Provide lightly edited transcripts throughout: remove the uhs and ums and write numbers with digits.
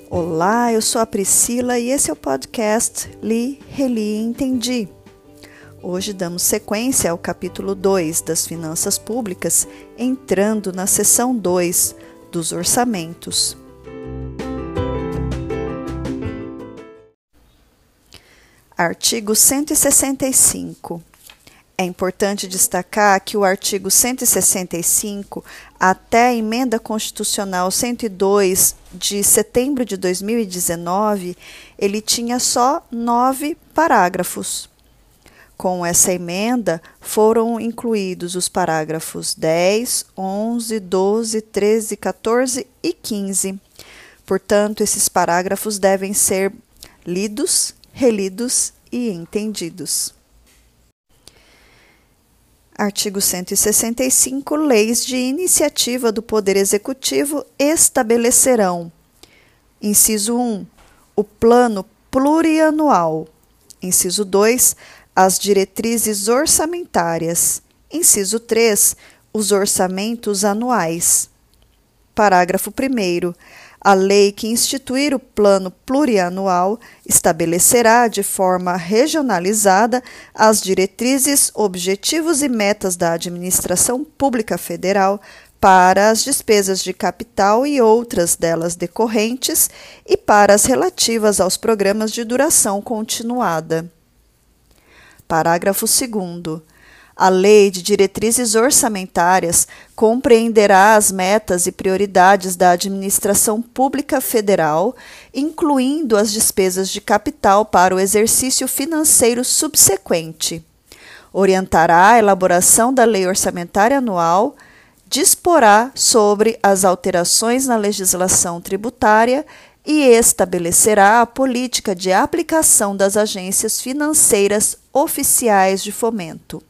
Olá, eu sou a Priscila e esse é o podcast Li, Reli e Entendi. Hoje damos sequência ao capítulo 2 das Finanças Públicas, entrando na seção 2 dos orçamentos. Artigo 165. É importante destacar que o artigo 165, até a Emenda Constitucional 102 de setembro de 2019, ele tinha só 9 parágrafos. Com essa emenda, foram incluídos os parágrafos 10, 11, 12, 13, 14 e 15. Portanto, esses parágrafos devem ser lidos, relidos e entendidos. Artigo 165. Leis de iniciativa do Poder Executivo estabelecerão: inciso 1, o Plano Plurianual. Inciso 2, as diretrizes orçamentárias. Inciso 3, os orçamentos anuais. Parágrafo 1º. A lei que instituir o Plano Plurianual estabelecerá de forma regionalizada as diretrizes, objetivos e metas da Administração Pública Federal para as despesas de capital e outras delas decorrentes e para as relativas aos programas de duração continuada. Parágrafo 2º. A Lei de Diretrizes Orçamentárias compreenderá as metas e prioridades da Administração Pública Federal, incluindo as despesas de capital para o exercício financeiro subsequente. Orientará a elaboração da Lei Orçamentária Anual, disporá sobre as alterações na legislação tributária e estabelecerá a política de aplicação das agências financeiras oficiais de fomento.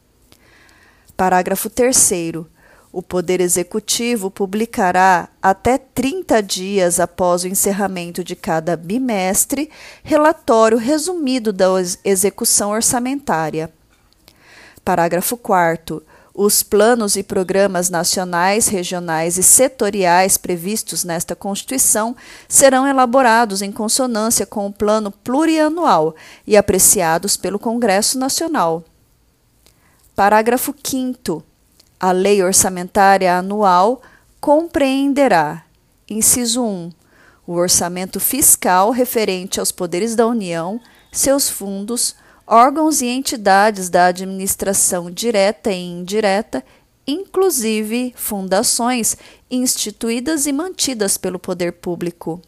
Parágrafo 3º. O Poder Executivo publicará, até 30 dias após o encerramento de cada bimestre, relatório resumido da execução orçamentária. Parágrafo 4º. Os planos e programas nacionais, regionais e setoriais previstos nesta Constituição serão elaborados em consonância com o Plano Plurianual e apreciados pelo Congresso Nacional. Parágrafo 5º. A Lei Orçamentária Anual compreenderá: inciso 1, o orçamento fiscal referente aos poderes da União, seus fundos, órgãos e entidades da administração direta e indireta, inclusive fundações instituídas e mantidas pelo poder público.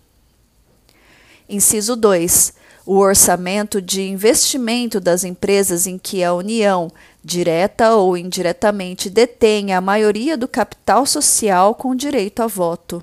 Inciso 2. O orçamento de investimento das empresas em que a União, direta ou indiretamente, detém a maioria do capital social com direito a voto.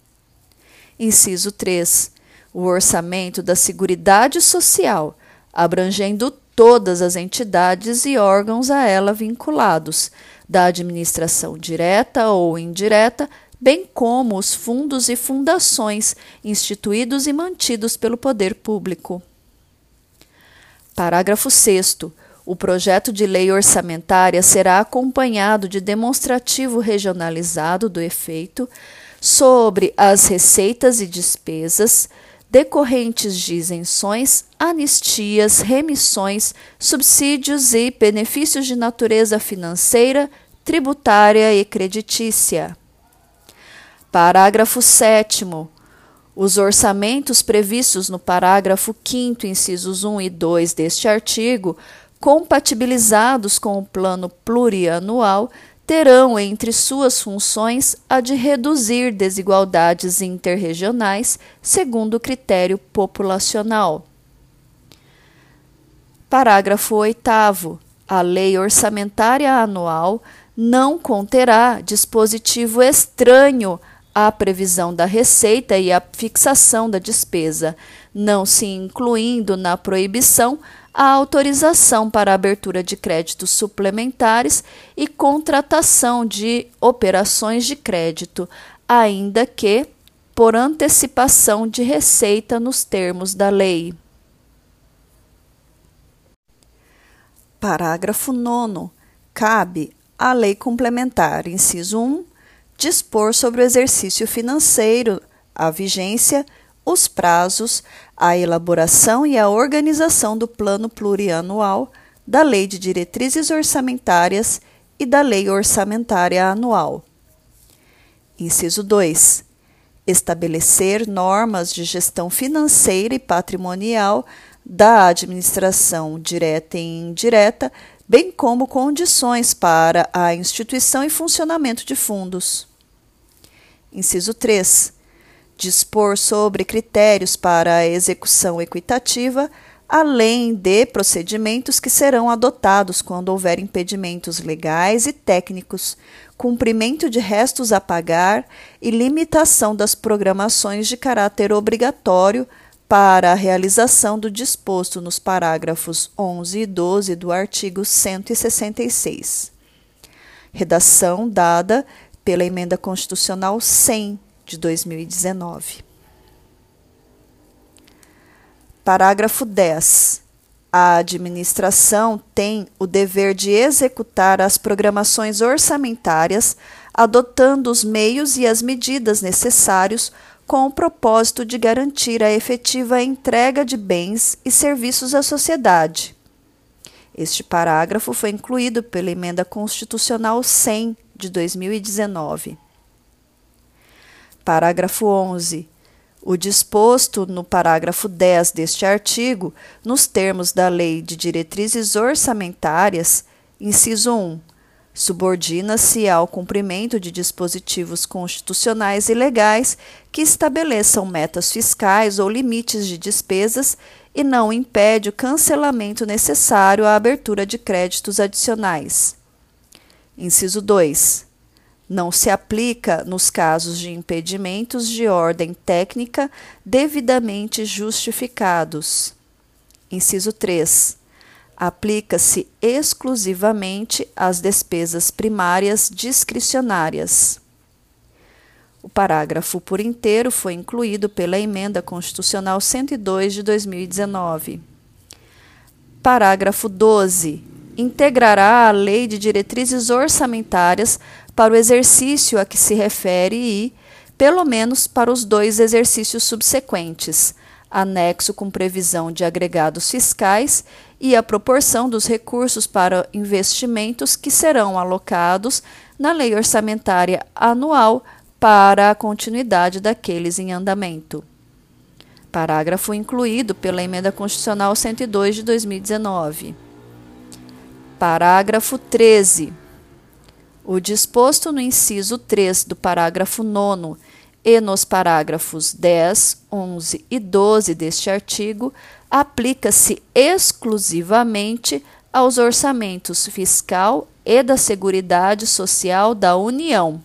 Inciso 3. O orçamento da Seguridade Social, abrangendo todas as entidades e órgãos a ela vinculados, da administração direta ou indireta, bem como os fundos e fundações instituídos e mantidos pelo poder público. Parágrafo 6º. O projeto de lei orçamentária será acompanhado de demonstrativo regionalizado do efeito sobre as receitas e despesas decorrentes de isenções, anistias, remissões, subsídios e benefícios de natureza financeira, tributária e creditícia. Parágrafo 7º. Os orçamentos previstos no parágrafo 5º, incisos 1 e 2 deste artigo, compatibilizados com o Plano Plurianual, terão entre suas funções a de reduzir desigualdades interregionais segundo critério populacional. Parágrafo 8º. A Lei Orçamentária Anual não conterá dispositivo estranho à previsão da receita e à fixação da despesa, não se incluindo na proibição a autorização para a abertura de créditos suplementares e contratação de operações de crédito, ainda que por antecipação de receita nos termos da lei. Parágrafo 9º. Cabe à Lei Complementar, inciso 1, dispor sobre o exercício financeiro, a vigência, os prazos, a elaboração e a organização do Plano Plurianual, da Lei de Diretrizes Orçamentárias e da Lei Orçamentária Anual. Inciso 2. Estabelecer normas de gestão financeira e patrimonial da administração direta e indireta, bem como condições para a instituição e funcionamento de fundos. Inciso 3. Dispor sobre critérios para a execução equitativa, além de procedimentos que serão adotados quando houver impedimentos legais e técnicos, cumprimento de restos a pagar e limitação das programações de caráter obrigatório para a realização do disposto nos parágrafos 11 e 12 do artigo 166. Redação dada pela Emenda Constitucional 100 de 2019. Parágrafo 10. A administração tem o dever de executar as programações orçamentárias, adotando os meios e as medidas necessários com o propósito de garantir a efetiva entrega de bens e serviços à sociedade. Este parágrafo foi incluído pela Emenda Constitucional 100 de 2019. Parágrafo 11. O disposto no parágrafo 10 deste artigo, nos termos da Lei de Diretrizes Orçamentárias, inciso 1, subordina-se ao cumprimento de dispositivos constitucionais e legais que estabeleçam metas fiscais ou limites de despesas e não impede o cancelamento necessário à abertura de créditos adicionais. Inciso 2. Não se aplica nos casos de impedimentos de ordem técnica devidamente justificados. Inciso 3. Aplica-se exclusivamente às despesas primárias discricionárias. O parágrafo por inteiro foi incluído pela Emenda Constitucional 102 de 2019. Parágrafo 12. Integrará a Lei de Diretrizes Orçamentárias para o exercício a que se refere e, pelo menos para os 2 exercícios subsequentes, anexo com previsão de agregados fiscais e a proporção dos recursos para investimentos que serão alocados na Lei Orçamentária Anual para a continuidade daqueles em andamento. Parágrafo incluído pela Emenda Constitucional 102 de 2019. Parágrafo 13. O disposto no inciso 3 do parágrafo 9º e nos parágrafos 10, 11 e 12 deste artigo aplica-se exclusivamente aos orçamentos fiscal e da Seguridade Social da União.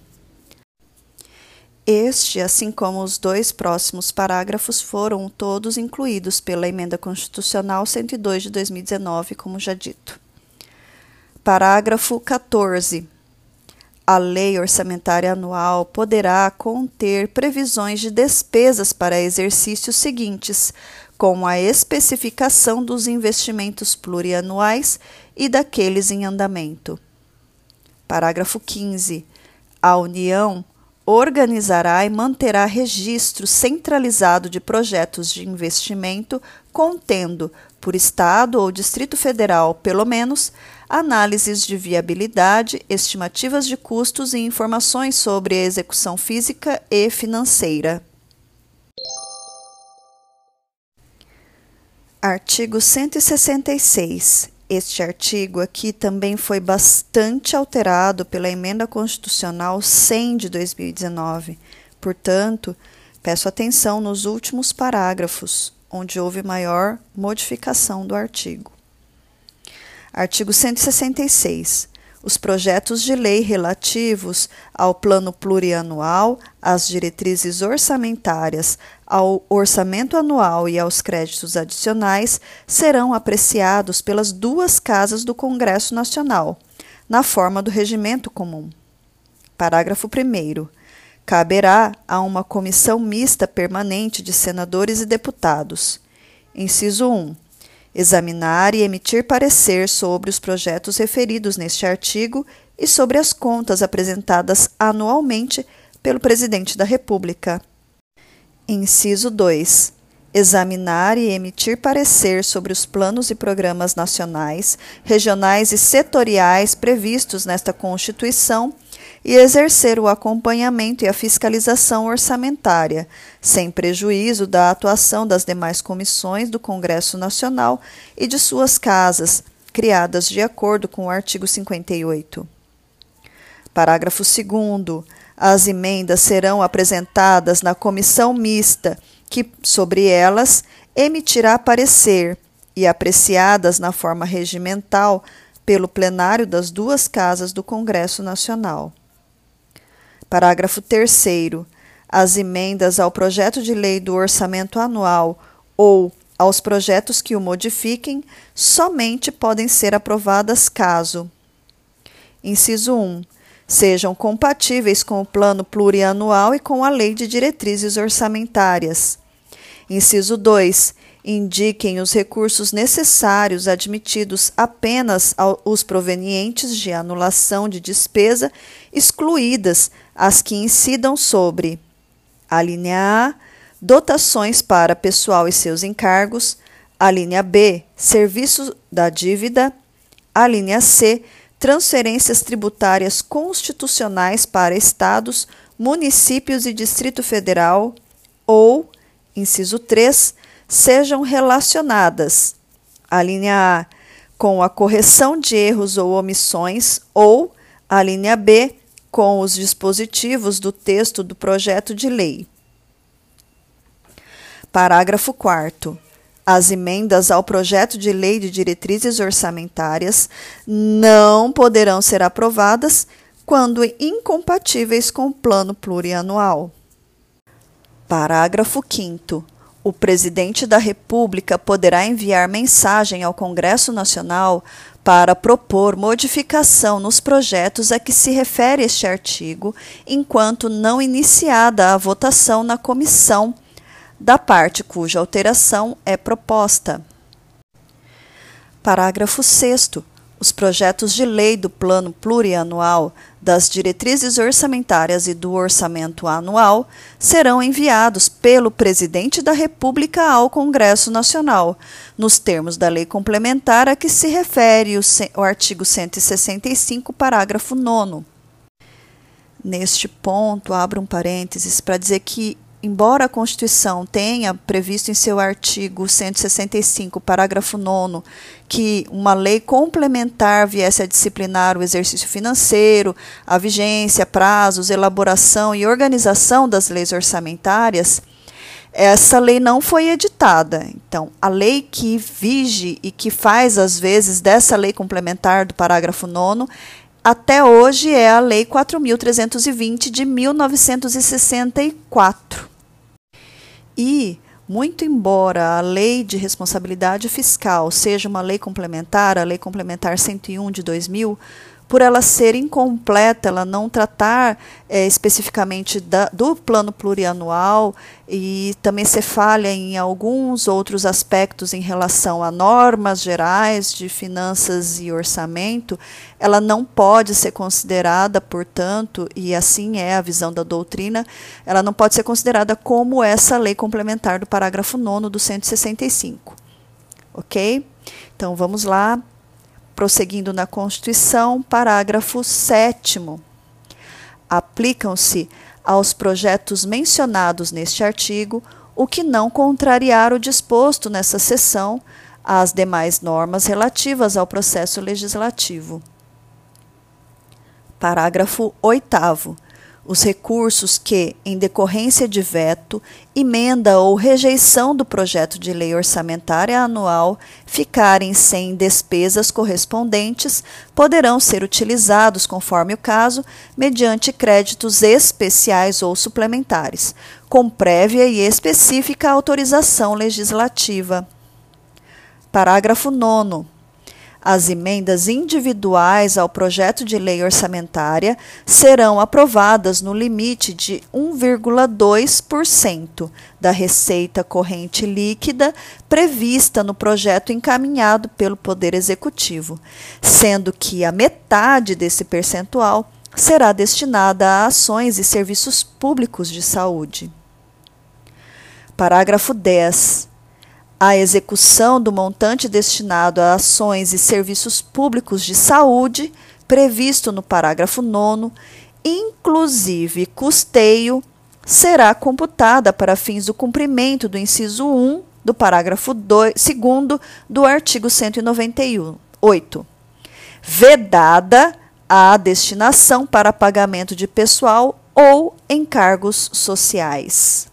Este, assim como os 2 próximos parágrafos, foram todos incluídos pela Emenda Constitucional 102 de 2019, como já dito. Parágrafo 14. A Lei Orçamentária Anual poderá conter previsões de despesas para exercícios seguintes, com a especificação dos investimentos plurianuais e daqueles em andamento. Parágrafo 15. A União organizará e manterá registro centralizado de projetos de investimento contendo, por Estado ou Distrito Federal, pelo menos, análises de viabilidade, estimativas de custos e informações sobre a execução física e financeira. Artigo 166. Este artigo aqui também foi bastante alterado pela Emenda Constitucional 100 de 2019. Portanto, peço atenção nos últimos parágrafos, onde houve maior modificação do artigo. Artigo 166. Os projetos de lei relativos ao Plano Plurianual, às diretrizes orçamentárias, ao orçamento anual e aos créditos adicionais serão apreciados pelas 2 casas do Congresso Nacional, na forma do regimento comum. Parágrafo 1º. Caberá a uma comissão mista permanente de senadores e deputados. Inciso 1. Examinar e emitir parecer sobre os projetos referidos neste artigo e sobre as contas apresentadas anualmente pelo Presidente da República. Inciso 2. Examinar e emitir parecer sobre os planos e programas nacionais, regionais e setoriais previstos nesta Constituição e exercer o acompanhamento e a fiscalização orçamentária, sem prejuízo da atuação das demais comissões do Congresso Nacional e de suas casas, criadas de acordo com o artigo 58. Parágrafo 2º. As emendas serão apresentadas na comissão mista, que, sobre elas, emitirá parecer e apreciadas na forma regimental pelo plenário das duas casas do Congresso Nacional. Parágrafo 3º. As emendas ao projeto de lei do orçamento anual ou aos projetos que o modifiquem somente podem ser aprovadas caso: inciso 1. Sejam compatíveis com o plano plurianual e com a lei de diretrizes orçamentárias. Inciso 2. Indiquem os recursos necessários admitidos apenas os provenientes de anulação de despesa, excluídas as que incidam sobre: a linha A, dotações para pessoal e seus encargos; a linha B, serviço da dívida; a linha C, transferências tributárias constitucionais para estados, municípios e Distrito Federal; ou, inciso 3, sejam relacionadas: a linha A, com a correção de erros ou omissões; ou, a linha B, com os dispositivos do texto do projeto de lei. Parágrafo 4º. As emendas ao projeto de lei de diretrizes orçamentárias não poderão ser aprovadas quando incompatíveis com o plano plurianual. Parágrafo 5º. O Presidente da República poderá enviar mensagem ao Congresso Nacional para propor modificação nos projetos a que se refere este artigo, enquanto não iniciada a votação na comissão da parte cuja alteração é proposta. Parágrafo 6º. Os projetos de lei do Plano Plurianual, das diretrizes orçamentárias e do orçamento anual serão enviados pelo Presidente da República ao Congresso Nacional, nos termos da lei complementar a que se refere o artigo 165, parágrafo 9º. Neste ponto, abro um parênteses para dizer que, embora a Constituição tenha previsto em seu artigo 165, parágrafo 9º, que uma lei complementar viesse a disciplinar o exercício financeiro, a vigência, prazos, elaboração e organização das leis orçamentárias, essa lei não foi editada. Então, a lei que vige e que faz, às vezes, dessa lei complementar do parágrafo 9º, até hoje é a Lei 4.320 de 1964. E, muito embora a Lei de Responsabilidade Fiscal seja uma lei complementar, a Lei Complementar 101 de 2000, por ela ser incompleta, ela não tratar especificamente do plano plurianual e também ser falha em alguns outros aspectos em relação a normas gerais de finanças e orçamento, ela não pode ser considerada, portanto, e assim é a visão da doutrina, ela não pode ser considerada como essa lei complementar do parágrafo 9º do 165. Ok? Então, vamos lá. Prosseguindo na Constituição, parágrafo 7º. Aplicam-se aos projetos mencionados neste artigo o que não contrariar o disposto nessa seção às demais normas relativas ao processo legislativo. Parágrafo 8º. Os recursos que, em decorrência de veto, emenda ou rejeição do projeto de lei orçamentária anual ficarem sem despesas correspondentes, poderão ser utilizados, conforme o caso, mediante créditos especiais ou suplementares, com prévia e específica autorização legislativa. Parágrafo 9º. As emendas individuais ao projeto de lei orçamentária serão aprovadas no limite de 1,2% da receita corrente líquida prevista no projeto encaminhado pelo Poder Executivo, sendo que a metade desse percentual será destinada a ações e serviços públicos de saúde. Parágrafo 10. A execução do montante destinado a ações e serviços públicos de saúde, previsto no parágrafo 9º, inclusive custeio, será computada para fins do cumprimento do inciso 1 do parágrafo 2º do artigo 198, vedada a destinação para pagamento de pessoal ou encargos sociais.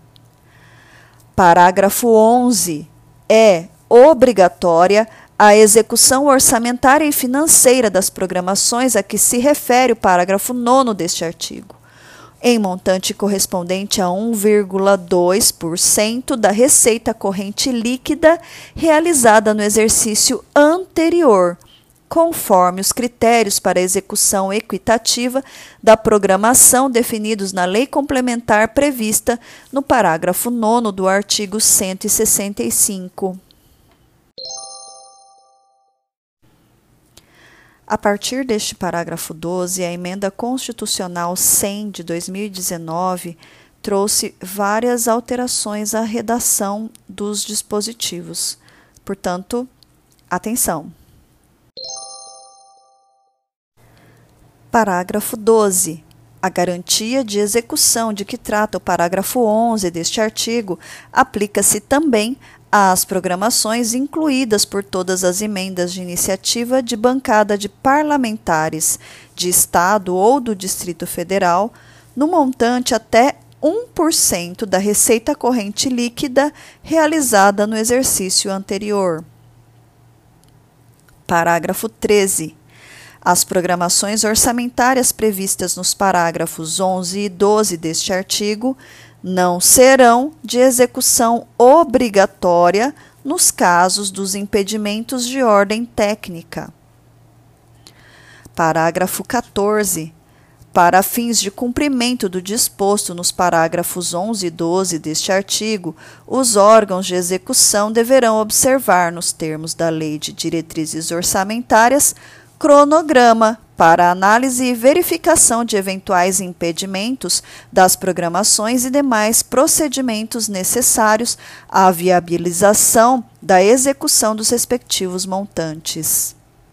Parágrafo 11. É obrigatória a execução orçamentária e financeira das programações a que se refere o parágrafo 9º deste artigo, em montante correspondente a 1,2% da receita corrente líquida realizada no exercício anterior, conforme os critérios para execução equitativa da programação definidos na lei complementar prevista no parágrafo 9º do artigo 165. A partir deste parágrafo 12, a Emenda Constitucional 100 de 2019 trouxe várias alterações à redação dos dispositivos. Portanto, atenção! Parágrafo 12. A garantia de execução de que trata o parágrafo 11 deste artigo aplica-se também às programações incluídas por todas as emendas de iniciativa de bancada de parlamentares de Estado ou do Distrito Federal, no montante até 1% da receita corrente líquida realizada no exercício anterior. Parágrafo 13. As programações orçamentárias previstas nos parágrafos 11 e 12 deste artigo não serão de execução obrigatória nos casos dos impedimentos de ordem técnica. Parágrafo 14. Para fins de cumprimento do disposto nos parágrafos 11 e 12 deste artigo, os órgãos de execução deverão observar, nos termos da Lei de Diretrizes Orçamentárias, cronograma para análise e verificação de eventuais impedimentos das programações e demais procedimentos necessários à viabilização da execução dos respectivos montantes.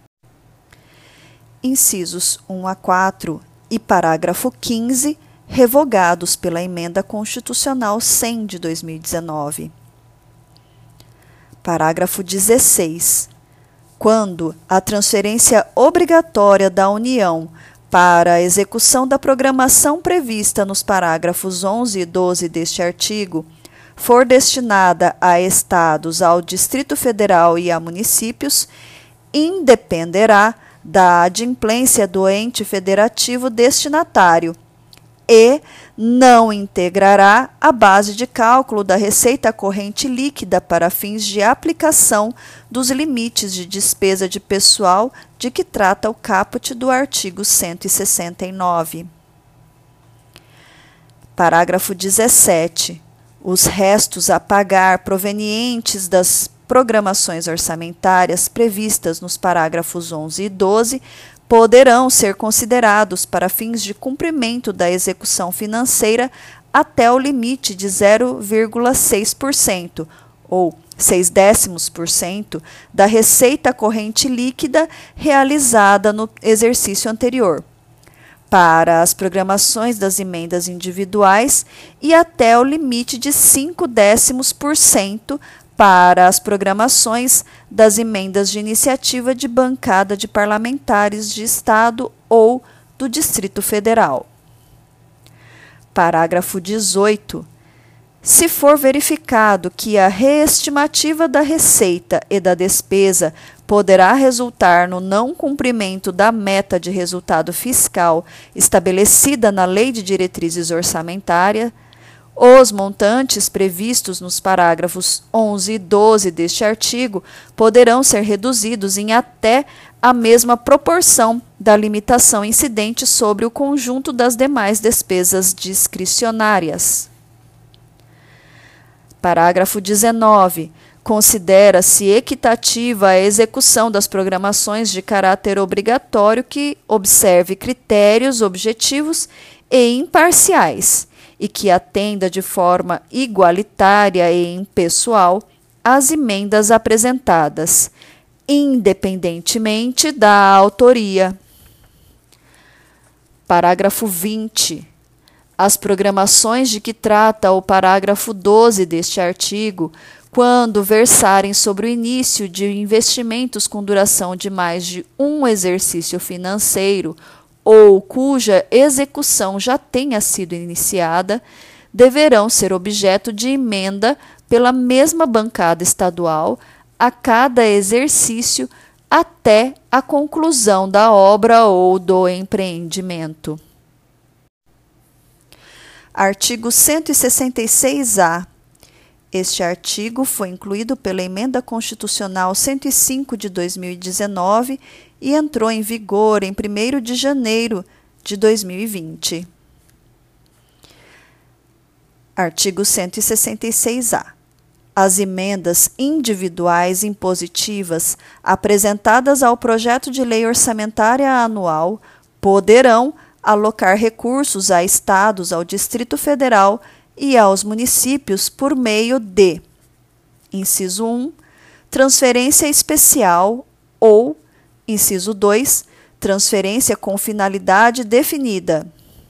Incisos 1 a 4 e parágrafo 15, revogados pela Emenda Constitucional 100 de 2019. Parágrafo 16. Quando a transferência obrigatória da União para a execução da programação prevista nos parágrafos 11 e 12 deste artigo for destinada a estados, ao Distrito Federal e a municípios, independerá da adimplência do ente federativo destinatário e não integrará a base de cálculo da receita corrente líquida para fins de aplicação dos limites de despesa de pessoal de que trata o caput do artigo 169. Parágrafo 17. Os restos a pagar provenientes das programações orçamentárias previstas nos parágrafos 11 e 12 poderão ser considerados para fins de cumprimento da execução financeira até o limite de 0,6%, ou 0,6% da receita corrente líquida realizada no exercício anterior, para as programações das emendas individuais e até o limite de 0,5% para as programações das emendas de iniciativa de bancada de parlamentares de Estado ou do Distrito Federal. Parágrafo 18. Se for verificado que a reestimativa da receita e da despesa poderá resultar no não cumprimento da meta de resultado fiscal estabelecida na Lei de Diretrizes Orçamentárias, os montantes previstos nos parágrafos 11 e 12 deste artigo poderão ser reduzidos em até a mesma proporção da limitação incidente sobre o conjunto das demais despesas discricionárias. Parágrafo 19. Considera-se equitativa a execução das programações de caráter obrigatório que observe critérios objetivos e imparciais e que atenda de forma igualitária e impessoal às emendas apresentadas, independentemente da autoria. Parágrafo 20. As programações de que trata o parágrafo 12 deste artigo, quando versarem sobre o início de investimentos com duração de mais de um exercício financeiro ou cuja execução já tenha sido iniciada, deverão ser objeto de emenda pela mesma bancada estadual a cada exercício até a conclusão da obra ou do empreendimento. Artigo 166-A. Este artigo foi incluído pela Emenda Constitucional 105 de 2019 e entrou em vigor em 1º de janeiro de 2020. Artigo 166-A. As emendas individuais impositivas apresentadas ao projeto de lei orçamentária anual poderão alocar recursos a estados, ao Distrito Federal e aos municípios por meio de: inciso 1, transferência especial ou, inciso 2, transferência com finalidade definida.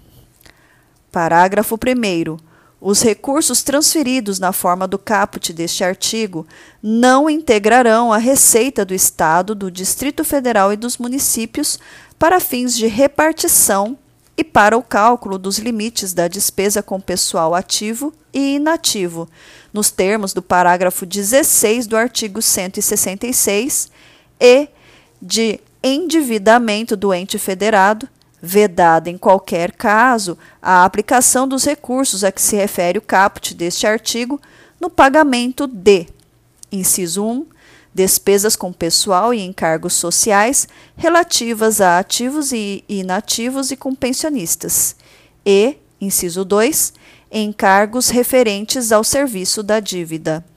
Parágrafo 1º. Os recursos transferidos na forma do caput deste artigo não integrarão a receita do Estado, do Distrito Federal e dos municípios para fins de repartição e para o cálculo dos limites da despesa com pessoal ativo e inativo, nos termos do parágrafo 16 do artigo 166, e de endividamento do ente federado, vedada em qualquer caso a aplicação dos recursos a que se refere o caput deste artigo no pagamento de: inciso 1, despesas com pessoal e encargos sociais relativas a ativos e inativos e com pensionistas, e, inciso 2, encargos referentes ao serviço da dívida.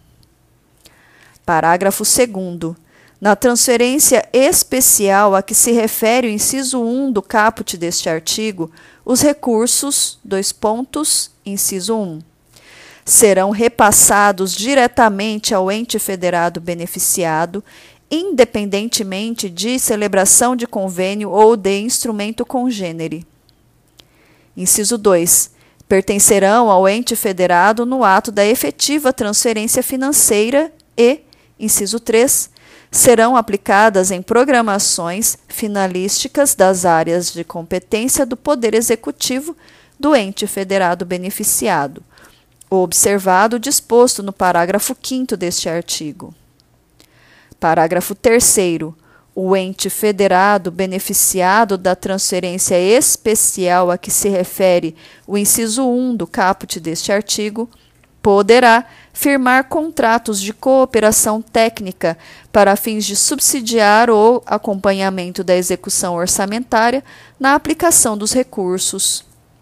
Parágrafo 2º. Na transferência especial a que se refere o inciso 1 do caput deste artigo, os recursos, inciso 1, serão repassados diretamente ao ente federado beneficiado, independentemente de celebração de convênio ou de instrumento congênere. Inciso 2. Pertencerão ao ente federado no ato da efetiva transferência financeira e, inciso 3, serão aplicadas em programações finalísticas das áreas de competência do Poder Executivo do ente federado beneficiado, observado o disposto no parágrafo 5º deste artigo. Parágrafo 3º. O ente federado beneficiado da transferência especial a que se refere o inciso 1 do caput deste artigo poderá firmar contratos de cooperação técnica para fins de subsidiar ou acompanhamento da execução orçamentária na aplicação dos recursos.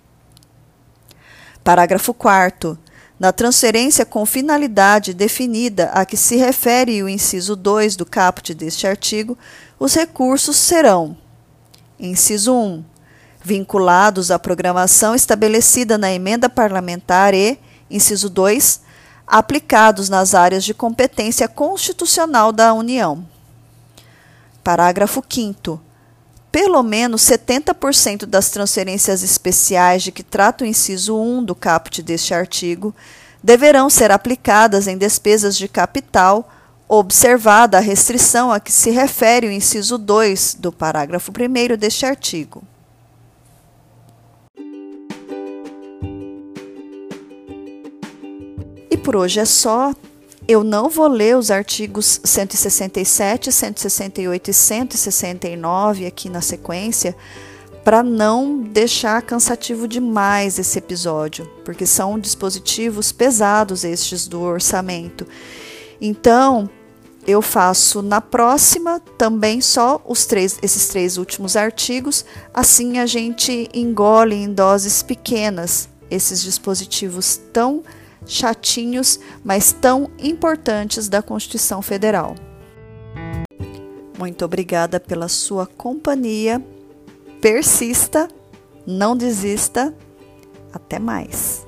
Parágrafo 4º. Na transferência com finalidade definida a que se refere o inciso 2 do caput deste artigo, os recursos serão: inciso 1, vinculados à programação estabelecida na emenda parlamentar e, inciso 2, aplicados nas áreas de competência constitucional da União. Parágrafo 5º. Pelo menos 70% das transferências especiais de que trata o inciso 1 do caput deste artigo deverão ser aplicadas em despesas de capital, observada a restrição a que se refere o inciso 2 do parágrafo 1º deste artigo. E por hoje é só. Eu não vou ler os artigos 167, 168 e 169 aqui na sequência, para não deixar cansativo demais esse episódio, porque são dispositivos pesados estes do orçamento. Então, eu faço na próxima também só esses três últimos artigos, assim a gente engole em doses pequenas esses dispositivos tão chatinhos, mas tão importantes da Constituição Federal. Muito obrigada pela sua companhia. Persista, não desista. Até mais.